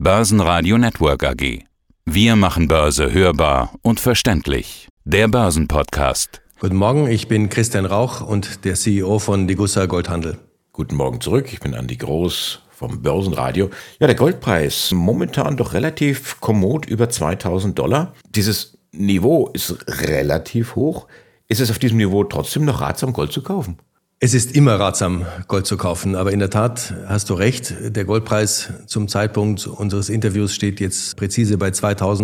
Börsenradio Network AG. Wir machen Börse hörbar und verständlich. Der Börsenpodcast. Guten Morgen, ich bin Christian Rauch und der CEO von Degussa Goldhandel. Guten Morgen zurück, ich bin Andi Groß vom Börsenradio. Ja, der Goldpreis momentan doch relativ kommod über $2000. Dieses Niveau ist relativ hoch. Ist es auf diesem Niveau trotzdem noch ratsam, Gold zu kaufen? Es ist immer ratsam, Gold zu kaufen, aber in der Tat hast du recht, der Goldpreis zum Zeitpunkt unseres Interviews steht jetzt präzise bei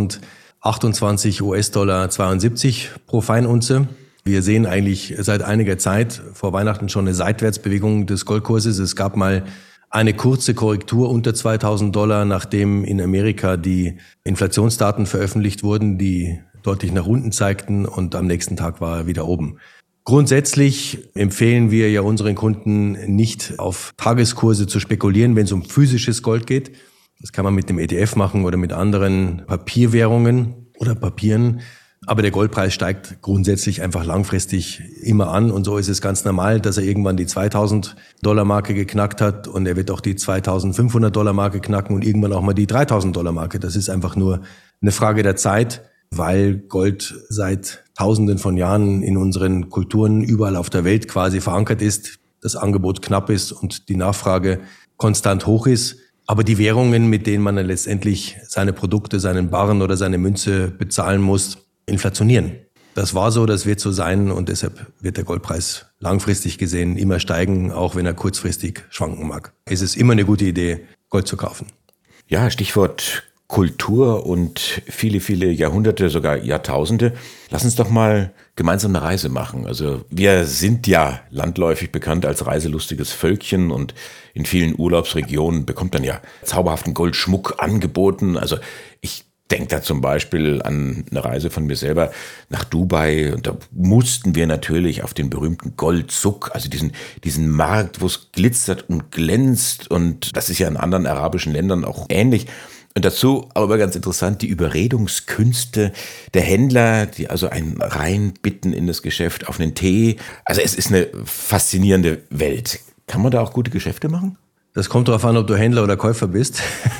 2028 US-Dollar 72 pro Feinunze. Wir sehen eigentlich seit einiger Zeit vor Weihnachten schon eine Seitwärtsbewegung des Goldkurses. Es gab mal eine kurze Korrektur unter $2000, nachdem in Amerika die Inflationsdaten veröffentlicht wurden, die deutlich nach unten zeigten, und am nächsten Tag war er wieder oben. Grundsätzlich empfehlen wir ja unseren Kunden nicht auf Tageskurse zu spekulieren, wenn es um physisches Gold geht. Das kann man mit dem ETF machen oder mit anderen Papierwährungen oder Papieren. Aber der Goldpreis steigt grundsätzlich einfach langfristig immer an. Und so ist es ganz normal, dass er irgendwann die $2000-Marke geknackt hat. Und er wird auch die $2500-Marke knacken und irgendwann auch mal die $3000-Marke. Das ist einfach nur eine Frage der Zeit, weil Gold seit Tausenden von Jahren in unseren Kulturen überall auf der Welt quasi verankert ist, das Angebot knapp ist und die Nachfrage konstant hoch ist. Aber die Währungen, mit denen man dann letztendlich seine Produkte, seinen Barren oder seine Münze bezahlen muss, inflationieren. Das war so, das wird so sein, und deshalb wird der Goldpreis langfristig gesehen immer steigen, auch wenn er kurzfristig schwanken mag. Es ist immer eine gute Idee, Gold zu kaufen. Ja, Stichwort Kultur und viele, viele Jahrhunderte, sogar Jahrtausende. Lass uns doch mal gemeinsam eine Reise machen. Also wir sind ja landläufig bekannt als reiselustiges Völkchen, und in vielen Urlaubsregionen bekommt man ja zauberhaften Goldschmuck angeboten. Also ich denke da zum Beispiel an eine Reise von mir selber nach Dubai, und da mussten wir natürlich auf den berühmten Goldsuq, also diesen Markt, wo es glitzert und glänzt, und das ist ja in anderen arabischen Ländern auch ähnlich. Und dazu aber ganz interessant die Überredungskünste der Händler, die also einen reinbitten in das Geschäft auf einen Tee. Also es ist eine faszinierende Welt. Kann man da auch gute Geschäfte machen? Das kommt darauf an, ob du Händler oder Käufer bist.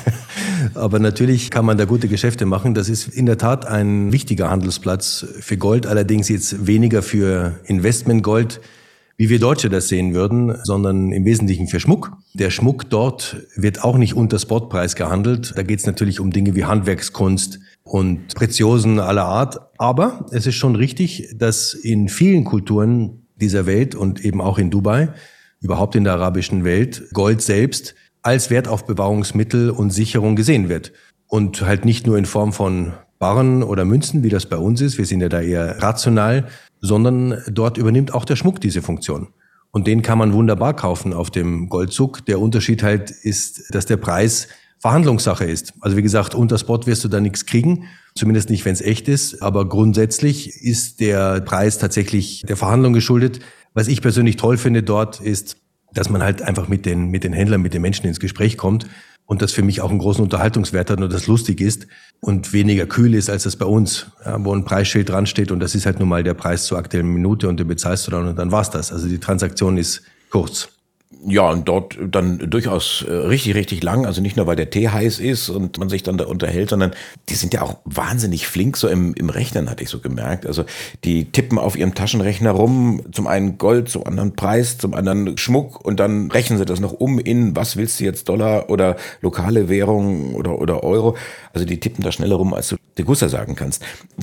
Aber natürlich kann man da gute Geschäfte machen. Das ist in der Tat ein wichtiger Handelsplatz für Gold, allerdings jetzt weniger für Investmentgold, wie wir Deutsche das sehen würden, sondern im Wesentlichen für Schmuck. Der Schmuck dort wird auch nicht unter Spotpreis gehandelt. Da geht es natürlich um Dinge wie Handwerkskunst und Preziosen aller Art. Aber es ist schon richtig, dass in vielen Kulturen dieser Welt und eben auch in Dubai, überhaupt in der arabischen Welt, Gold selbst als Wertaufbewahrungsmittel und Sicherung gesehen wird. Und halt nicht nur in Form von Barren oder Münzen, wie das bei uns ist. Wir sind ja da eher rational, sondern dort übernimmt auch der Schmuck diese Funktion. Und den kann man wunderbar kaufen auf dem Goldsuq. Der Unterschied halt ist, dass der Preis Verhandlungssache ist. Also wie gesagt, unter Spot wirst du da nichts kriegen, zumindest nicht, wenn es echt ist. Aber grundsätzlich ist der Preis tatsächlich der Verhandlung geschuldet. Was ich persönlich toll finde dort ist, dass man halt einfach mit den Händlern, mit den Menschen ins Gespräch kommt. Und das für mich auch einen großen Unterhaltungswert hat und das lustig ist und weniger kühl ist als das bei uns, ja, wo ein Preisschild dran steht und das ist halt nun mal der Preis zur aktuellen Minute und den bezahlst du dann und dann war's das. Also die Transaktion ist kurz. Ja, und dort dann durchaus richtig, richtig lang. Also nicht nur, weil der Tee heiß ist und man sich dann da unterhält, sondern die sind ja auch wahnsinnig flink so im Rechnen, hatte ich so gemerkt. Also die tippen auf ihrem Taschenrechner rum, zum einen Gold, zum anderen Preis, zum anderen Schmuck, und dann rechnen sie das noch um in, was willst du jetzt, Dollar oder lokale Währung oder Euro. Also die tippen da schneller rum, als du Degussa sagen kannst.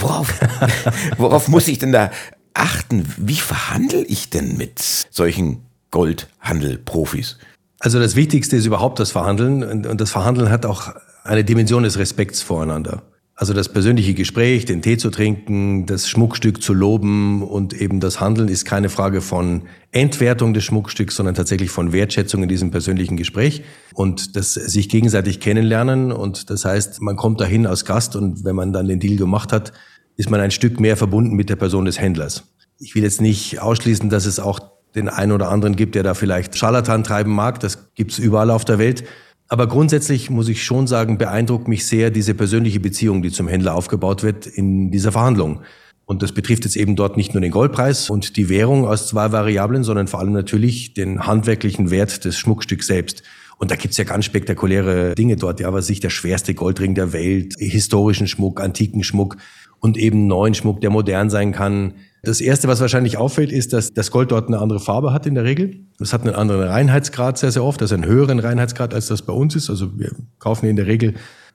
Worauf muss ich denn da achten? Wie verhandle ich denn mit solchen Goldhandel-Profis? Also das Wichtigste ist überhaupt das Verhandeln, und das Verhandeln hat auch eine Dimension des Respekts voreinander. Also das persönliche Gespräch, den Tee zu trinken, das Schmuckstück zu loben, und eben das Handeln ist keine Frage von Entwertung des Schmuckstücks, sondern tatsächlich von Wertschätzung in diesem persönlichen Gespräch und das sich gegenseitig kennenlernen. Und das heißt, man kommt dahin als Gast, und wenn man dann den Deal gemacht hat, ist man ein Stück mehr verbunden mit der Person des Händlers. Ich will jetzt nicht ausschließen, dass es auch den einen oder anderen gibt, der da vielleicht Scharlatan treiben mag. Das gibt's überall auf der Welt. Aber grundsätzlich muss ich schon sagen, beeindruckt mich sehr diese persönliche Beziehung, die zum Händler aufgebaut wird in dieser Verhandlung. Und das betrifft jetzt eben dort nicht nur den Goldpreis und die Währung aus 2 Variablen, sondern vor allem natürlich den handwerklichen Wert des Schmuckstücks selbst. Und da gibt's ja ganz spektakuläre Dinge dort, ja, was sich der schwerste Goldring der Welt, historischen Schmuck, antiken Schmuck und eben neuen Schmuck, der modern sein kann. Das Erste, was wahrscheinlich auffällt, ist, dass das Gold dort eine andere Farbe hat in der Regel. Es hat einen anderen Reinheitsgrad sehr, sehr oft, also einen höheren Reinheitsgrad, als das bei uns ist. Also wir kaufen in der Regel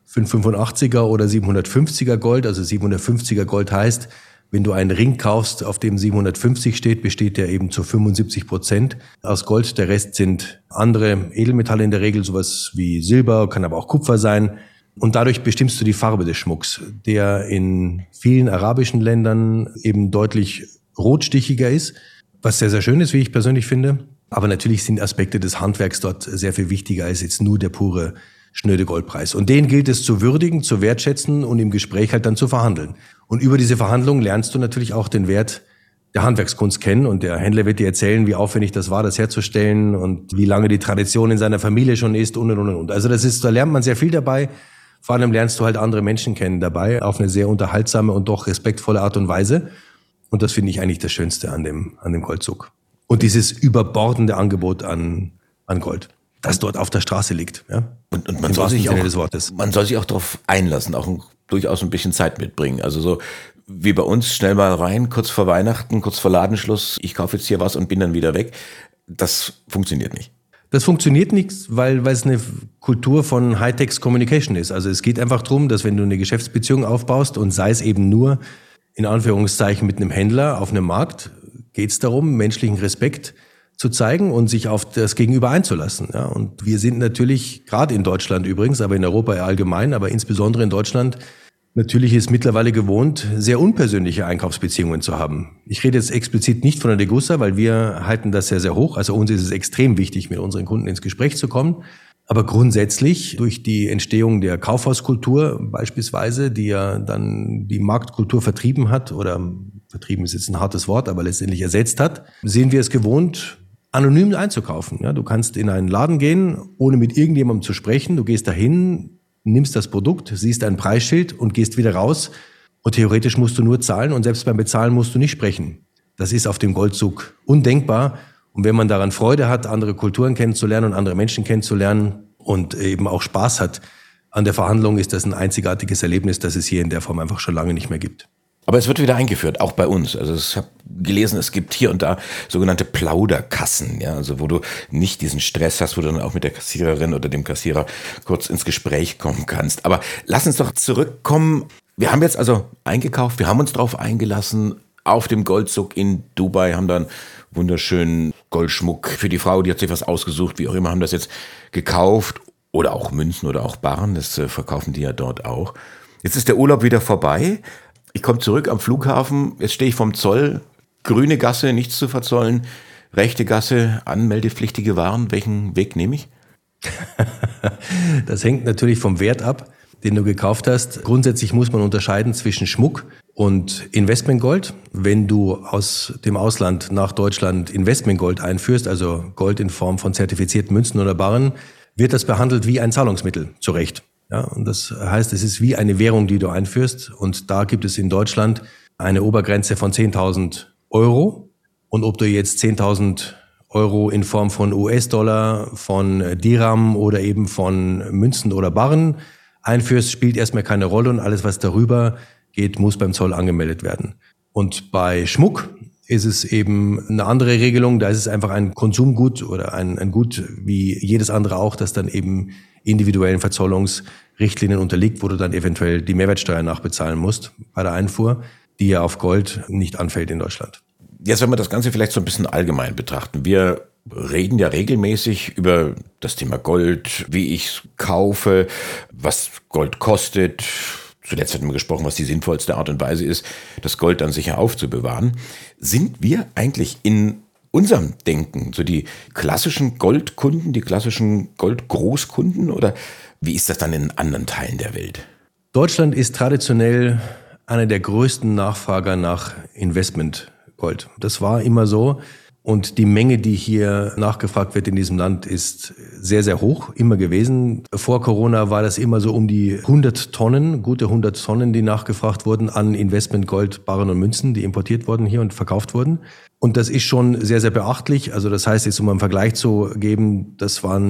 585er oder 750er Gold. Also 750er Gold heißt, wenn du einen Ring kaufst, auf dem 750 steht, besteht der eben zu 75% aus Gold. Der Rest sind andere Edelmetalle in der Regel, sowas wie Silber, kann aber auch Kupfer sein. Und dadurch bestimmst du die Farbe des Schmucks, der in vielen arabischen Ländern eben deutlich rotstichiger ist, was sehr, sehr schön ist, wie ich persönlich finde. Aber natürlich sind Aspekte des Handwerks dort sehr viel wichtiger als jetzt nur der pure schnöde Goldpreis. Und den gilt es zu würdigen, zu wertschätzen und im Gespräch halt dann zu verhandeln. Und über diese Verhandlungen lernst du natürlich auch den Wert der Handwerkskunst kennen. Und der Händler wird dir erzählen, wie aufwendig das war, das herzustellen und wie lange die Tradition in seiner Familie schon ist und. Also da lernt man sehr viel dabei. Vor allem lernst du halt andere Menschen kennen dabei, auf eine sehr unterhaltsame und doch respektvolle Art und Weise. Und das finde ich eigentlich das Schönste an dem Goldzug. Und dieses überbordende Angebot an Gold, das dort auf der Straße liegt. Ja? Und man soll sich auch darauf einlassen, auch durchaus ein bisschen Zeit mitbringen. Also so wie bei uns, schnell mal rein, kurz vor Weihnachten, kurz vor Ladenschluss, ich kaufe jetzt hier was und bin dann wieder weg. Das funktioniert nicht. Das funktioniert nicht, weil es eine Kultur von High-Tech Communication ist. Also es geht einfach darum, dass wenn du eine Geschäftsbeziehung aufbaust und sei es eben nur in Anführungszeichen mit einem Händler auf einem Markt, geht es darum, menschlichen Respekt zu zeigen und sich auf das Gegenüber einzulassen. Ja, und wir sind natürlich, gerade in Deutschland übrigens, aber in Europa allgemein, aber insbesondere in Deutschland, natürlich ist mittlerweile gewohnt, sehr unpersönliche Einkaufsbeziehungen zu haben. Ich rede jetzt explizit nicht von der Degussa, weil wir halten das sehr, sehr hoch. Also uns ist es extrem wichtig, mit unseren Kunden ins Gespräch zu kommen. Aber grundsätzlich durch die Entstehung der Kaufhauskultur beispielsweise, die ja dann die Marktkultur vertrieben hat, oder vertrieben ist jetzt ein hartes Wort, aber letztendlich ersetzt hat, sehen wir es gewohnt, anonym einzukaufen. Ja, du kannst in einen Laden gehen, ohne mit irgendjemandem zu sprechen. Du gehst dahin, nimmst das Produkt, siehst ein Preisschild und gehst wieder raus. Und theoretisch musst du nur zahlen und selbst beim Bezahlen musst du nicht sprechen. Das ist auf dem Goldzug undenkbar. Und wenn man daran Freude hat, andere Kulturen kennenzulernen und andere Menschen kennenzulernen und eben auch Spaß hat an der Verhandlung, ist das ein einzigartiges Erlebnis, das es hier in der Form einfach schon lange nicht mehr gibt. Aber es wird wieder eingeführt, auch bei uns. Also ich habe gelesen, es gibt hier und da sogenannte Plauderkassen, ja, also wo du nicht diesen Stress hast, wo du dann auch mit der Kassiererin oder dem Kassierer kurz ins Gespräch kommen kannst. Aber lass uns doch zurückkommen. Wir haben jetzt also eingekauft, wir haben uns drauf eingelassen auf dem Goldzug in Dubai, haben dann wunderschönen Goldschmuck für die Frau, die hat sich was ausgesucht, wie auch immer, haben das jetzt gekauft oder auch Münzen oder auch Barren, das verkaufen die ja dort auch. Jetzt ist der Urlaub wieder vorbei. Ich komme zurück am Flughafen, jetzt stehe ich vom Zoll, grüne Gasse, nichts zu verzollen, rechte Gasse, anmeldepflichtige Waren, welchen Weg nehme ich? Das hängt natürlich vom Wert ab, den du gekauft hast. Grundsätzlich muss man unterscheiden zwischen Schmuck und Investmentgold. Wenn du aus dem Ausland nach Deutschland Investmentgold einführst, also Gold in Form von zertifizierten Münzen oder Barren, wird das behandelt wie ein Zahlungsmittel, zu Recht. Ja, und das heißt, es ist wie eine Währung, die du einführst. Und da gibt es in Deutschland eine Obergrenze von 10.000 Euro. Und ob du jetzt 10.000 Euro in Form von US-Dollar, von Dirham oder eben von Münzen oder Barren einführst, spielt erstmal keine Rolle. Und alles, was darüber geht, muss beim Zoll angemeldet werden. Und bei Schmuck ist es eben eine andere Regelung. Da ist es einfach ein Konsumgut oder ein Gut wie jedes andere auch, das dann eben individuellen Verzollungsrichtlinien unterliegt, wo du dann eventuell die Mehrwertsteuer nachbezahlen musst bei der Einfuhr, die ja auf Gold nicht anfällt in Deutschland. Jetzt, wenn wir das Ganze vielleicht so ein bisschen allgemein betrachten. Wir reden ja regelmäßig über das Thema Gold, wie ich es kaufe, was Gold kostet. Zuletzt hatten wir gesprochen, was die sinnvollste Art und Weise ist, das Gold dann sicher aufzubewahren. Sind wir eigentlich in unserem Denken so die klassischen Goldkunden, die klassischen Goldgroßkunden oder wie ist das dann in anderen Teilen der Welt? Deutschland ist traditionell einer der größten Nachfrager nach Investmentgold. Das war immer so. Und die Menge, die hier nachgefragt wird in diesem Land, ist sehr, sehr hoch, immer gewesen. Vor Corona war das immer so um die 100 Tonnen, gute 100 Tonnen, die nachgefragt wurden an Investmentgold, Barren und Münzen, die importiert wurden hier und verkauft wurden. Und das ist schon sehr, sehr beachtlich. Also das heißt, jetzt um einen Vergleich zu geben, das waren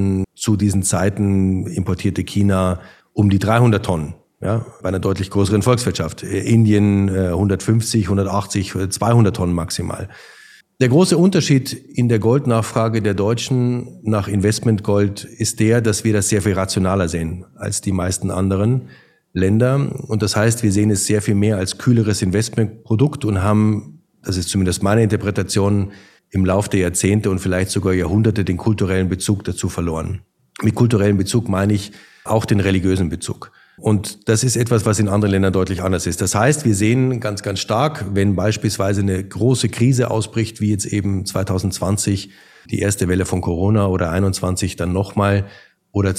zu diesen Zeiten importierte China um die 300 Tonnen. Ja, bei einer deutlich größeren Volkswirtschaft. Indien 150, 180, 200 Tonnen maximal. Der große Unterschied in der Goldnachfrage der Deutschen nach Investmentgold ist der, dass wir das sehr viel rationaler sehen als die meisten anderen Länder. Und das heißt, wir sehen es sehr viel mehr als kühleres Investmentprodukt und haben, das ist zumindest meine Interpretation, im Lauf der Jahrzehnte und vielleicht sogar Jahrhunderte den kulturellen Bezug dazu verloren. Mit kulturellem Bezug meine ich auch den religiösen Bezug. Und das ist etwas, was in anderen Ländern deutlich anders ist. Das heißt, wir sehen ganz, ganz stark, wenn beispielsweise eine große Krise ausbricht, wie jetzt eben 2020 die erste Welle von Corona oder 21 dann nochmal oder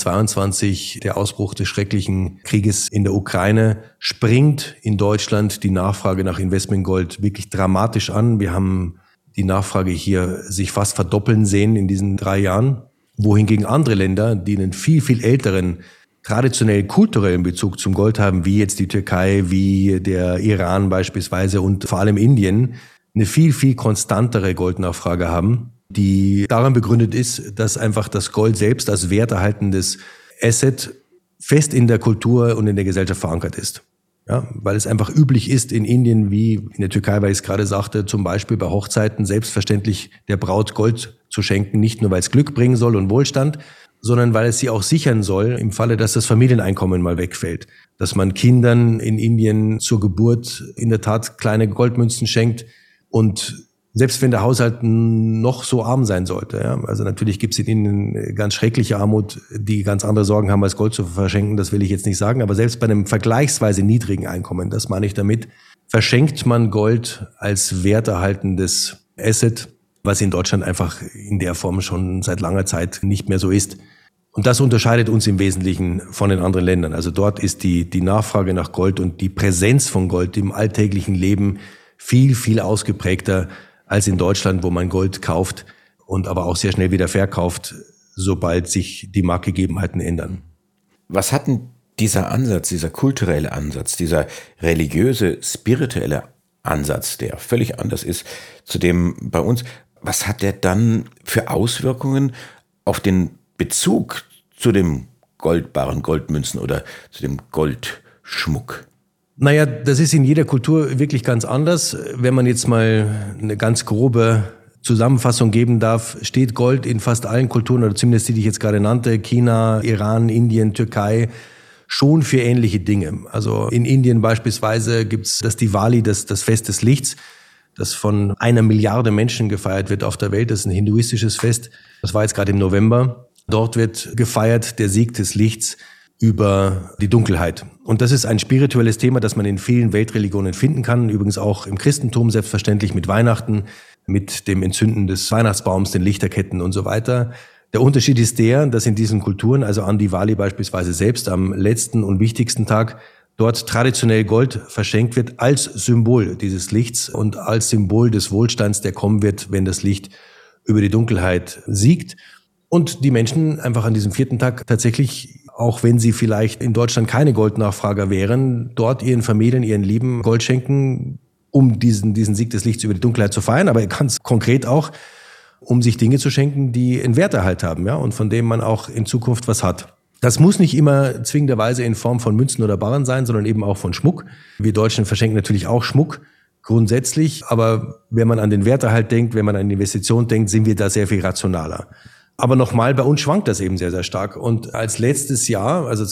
22 der Ausbruch des schrecklichen Krieges in der Ukraine, springt in Deutschland die Nachfrage nach Investmentgold wirklich dramatisch an. Wir haben die Nachfrage hier sich fast verdoppeln sehen in diesen 3 Jahren, wohingegen andere Länder, die einen viel, viel älteren traditionell kulturellen Bezug zum Gold haben, wie jetzt die Türkei, wie der Iran beispielsweise und vor allem Indien, eine viel, viel konstantere Goldnachfrage haben, die daran begründet ist, dass einfach das Gold selbst als werterhaltendes Asset fest in der Kultur und in der Gesellschaft verankert ist. Ja, weil es einfach üblich ist in Indien wie in der Türkei, weil ich es gerade sagte, zum Beispiel bei Hochzeiten selbstverständlich der Braut Gold zu schenken, nicht nur weil es Glück bringen soll und Wohlstand, sondern weil es sie auch sichern soll im Falle, dass das Familieneinkommen mal wegfällt. Dass man Kindern in Indien zur Geburt in der Tat kleine Goldmünzen schenkt und selbst wenn der Haushalt noch so arm sein sollte, ja, also natürlich gibt es in Indien ganz schreckliche Armut, die ganz andere Sorgen haben, als Gold zu verschenken, das will ich jetzt nicht sagen, aber selbst bei einem vergleichsweise niedrigen Einkommen, das meine ich damit, verschenkt man Gold als werterhaltendes Asset, was in Deutschland einfach in der Form schon seit langer Zeit nicht mehr so ist. Und das unterscheidet uns im Wesentlichen von den anderen Ländern. Also dort ist die Nachfrage nach Gold und die Präsenz von Gold im alltäglichen Leben viel, viel ausgeprägter als in Deutschland, wo man Gold kauft und aber auch sehr schnell wieder verkauft, sobald sich die Marktgegebenheiten ändern. Was hat denn dieser Ansatz, dieser kulturelle Ansatz, dieser religiöse, spirituelle Ansatz, der völlig anders ist zu dem bei uns, was hat der dann für Auswirkungen auf den Bezug zu dem goldbaren Goldmünzen oder zu dem Goldschmuck? Naja, das ist in jeder Kultur wirklich ganz anders. Wenn man jetzt mal eine ganz grobe Zusammenfassung geben darf, steht Gold in fast allen Kulturen, oder zumindest die ich jetzt gerade nannte, China, Iran, Indien, Türkei, schon für ähnliche Dinge. Also in Indien beispielsweise gibt's das Diwali, das Fest des Lichts, das von 1 Milliarde Menschen gefeiert wird auf der Welt. Das ist ein hinduistisches Fest. Das war jetzt gerade im November. Dort wird gefeiert der Sieg des Lichts über die Dunkelheit. Und das ist ein spirituelles Thema, das man in vielen Weltreligionen finden kann. Übrigens auch im Christentum selbstverständlich mit Weihnachten, mit dem Entzünden des Weihnachtsbaums, den Lichterketten und so weiter. Der Unterschied ist der, dass in diesen Kulturen, also an Diwali beispielsweise selbst, am letzten und wichtigsten Tag, dort traditionell Gold verschenkt wird als Symbol dieses Lichts und als Symbol des Wohlstands, der kommen wird, wenn das Licht über die Dunkelheit siegt. Und die Menschen einfach an diesem 4. Tag tatsächlich, auch wenn sie vielleicht in Deutschland keine Goldnachfrager wären, dort ihren Familien, ihren Lieben Gold schenken, um diesen Sieg des Lichts über die Dunkelheit zu feiern, aber ganz konkret auch, um sich Dinge zu schenken, die einen Werterhalt haben, ja, und von denen man auch in Zukunft was hat. Das muss nicht immer zwingenderweise in Form von Münzen oder Barren sein, sondern eben auch von Schmuck. Wir Deutschen verschenken natürlich auch Schmuck, grundsätzlich, aber wenn man an den Werterhalt denkt, wenn man an Investition denkt, sind wir da sehr viel rationaler. Aber nochmal, bei uns schwankt das eben sehr, sehr stark. Und als letztes Jahr, also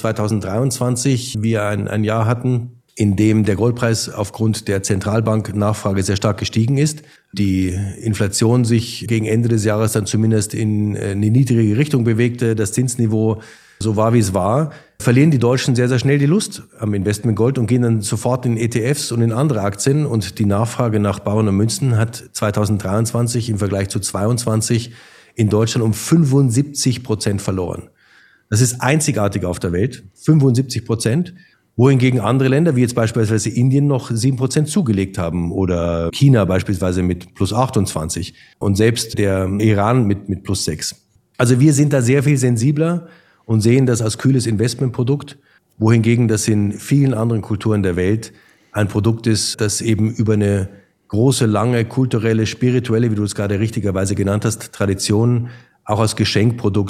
2023, wir ein Jahr hatten, in dem der Goldpreis aufgrund der Zentralbanknachfrage sehr stark gestiegen ist, die Inflation sich gegen Ende des Jahres dann zumindest in eine niedrige Richtung bewegte, das Zinsniveau so war, wie es war, verlieren die Deutschen sehr, sehr schnell die Lust am Investment Gold und gehen dann sofort in ETFs und in andere Aktien. Und die Nachfrage nach Barren und Münzen hat 2023 im Vergleich zu 2022 in Deutschland um 75% verloren. Das ist einzigartig auf der Welt, 75%, wohingegen andere Länder, wie jetzt beispielsweise Indien, noch 7% zugelegt haben oder China beispielsweise mit plus 28 und selbst der Iran mit plus 6. Also wir sind da sehr viel sensibler und sehen das als kühles Investmentprodukt, wohingegen das in vielen anderen Kulturen der Welt ein Produkt ist, das eben über eine große, lange, kulturelle, spirituelle, wie du es gerade richtigerweise genannt hast, Tradition auch als Geschenkprodukt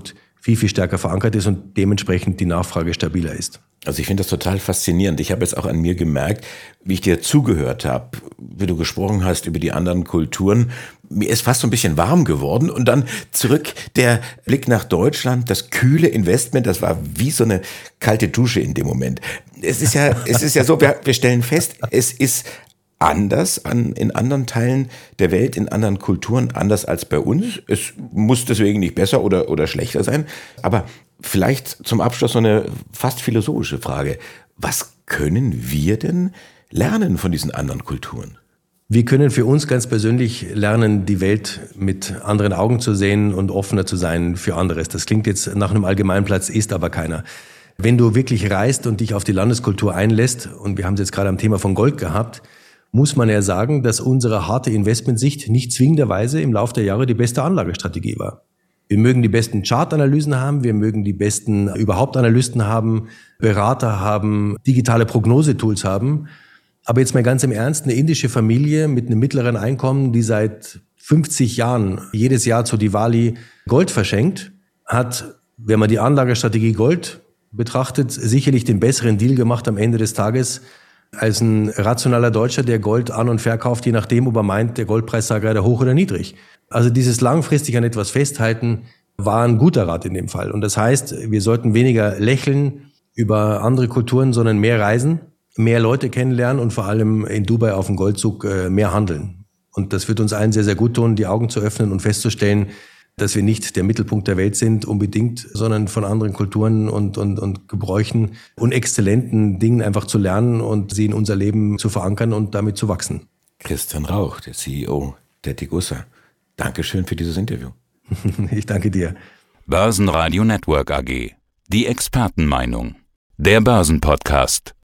viel, viel stärker verankert ist und dementsprechend die Nachfrage stabiler ist. Also ich finde das total faszinierend. Ich habe jetzt auch an mir gemerkt, wie ich dir zugehört habe, wie du gesprochen hast über die anderen Kulturen. Mir ist fast so ein bisschen warm geworden und dann zurück der Blick nach Deutschland, das kühle Investment, das war wie so eine kalte Dusche in dem Moment. Es ist ja so, wir stellen fest, es ist anders in anderen Teilen der Welt, in anderen Kulturen, anders als bei uns. Es muss deswegen nicht besser oder schlechter sein. Aber vielleicht zum Abschluss so eine fast philosophische Frage. Was können wir denn lernen von diesen anderen Kulturen? Wir können für uns ganz persönlich lernen, die Welt mit anderen Augen zu sehen und offener zu sein für anderes. Das klingt jetzt nach einem Allgemeinplatz, ist aber keiner. Wenn du wirklich reist und dich auf die Landeskultur einlässt, und wir haben es jetzt gerade am Thema von Gold gehabt, muss man ja sagen, dass unsere harte Investmentsicht nicht zwingenderweise im Laufe der Jahre die beste Anlagestrategie war. Wir mögen die besten Chartanalysen haben, wir mögen die besten überhaupt Analysten haben, Berater haben, digitale Prognosetools haben. Aber jetzt mal ganz im Ernst, eine indische Familie mit einem mittleren Einkommen, die seit 50 Jahren jedes Jahr zu Diwali Gold verschenkt, hat, wenn man die Anlagestrategie Gold betrachtet, sicherlich den besseren Deal gemacht am Ende des Tages als ein rationaler Deutscher, der Gold an- und verkauft, je nachdem, ob er meint, der Goldpreis sei gerade hoch oder niedrig. Also dieses langfristig an etwas festhalten war ein guter Rat in dem Fall. Und das heißt, wir sollten weniger lächeln über andere Kulturen, sondern mehr reisen, mehr Leute kennenlernen und vor allem in Dubai auf dem Goldzug mehr handeln. Und das wird uns allen sehr, sehr gut tun, die Augen zu öffnen und festzustellen, dass wir nicht der Mittelpunkt der Welt sind unbedingt, sondern von anderen Kulturen und Gebräuchen und exzellenten Dingen einfach zu lernen und sie in unser Leben zu verankern und damit zu wachsen. Christian Rauch, der CEO der Degussa. Dankeschön für dieses Interview. Ich danke dir. Börsenradio Network AG. Die Expertenmeinung. Der Börsenpodcast.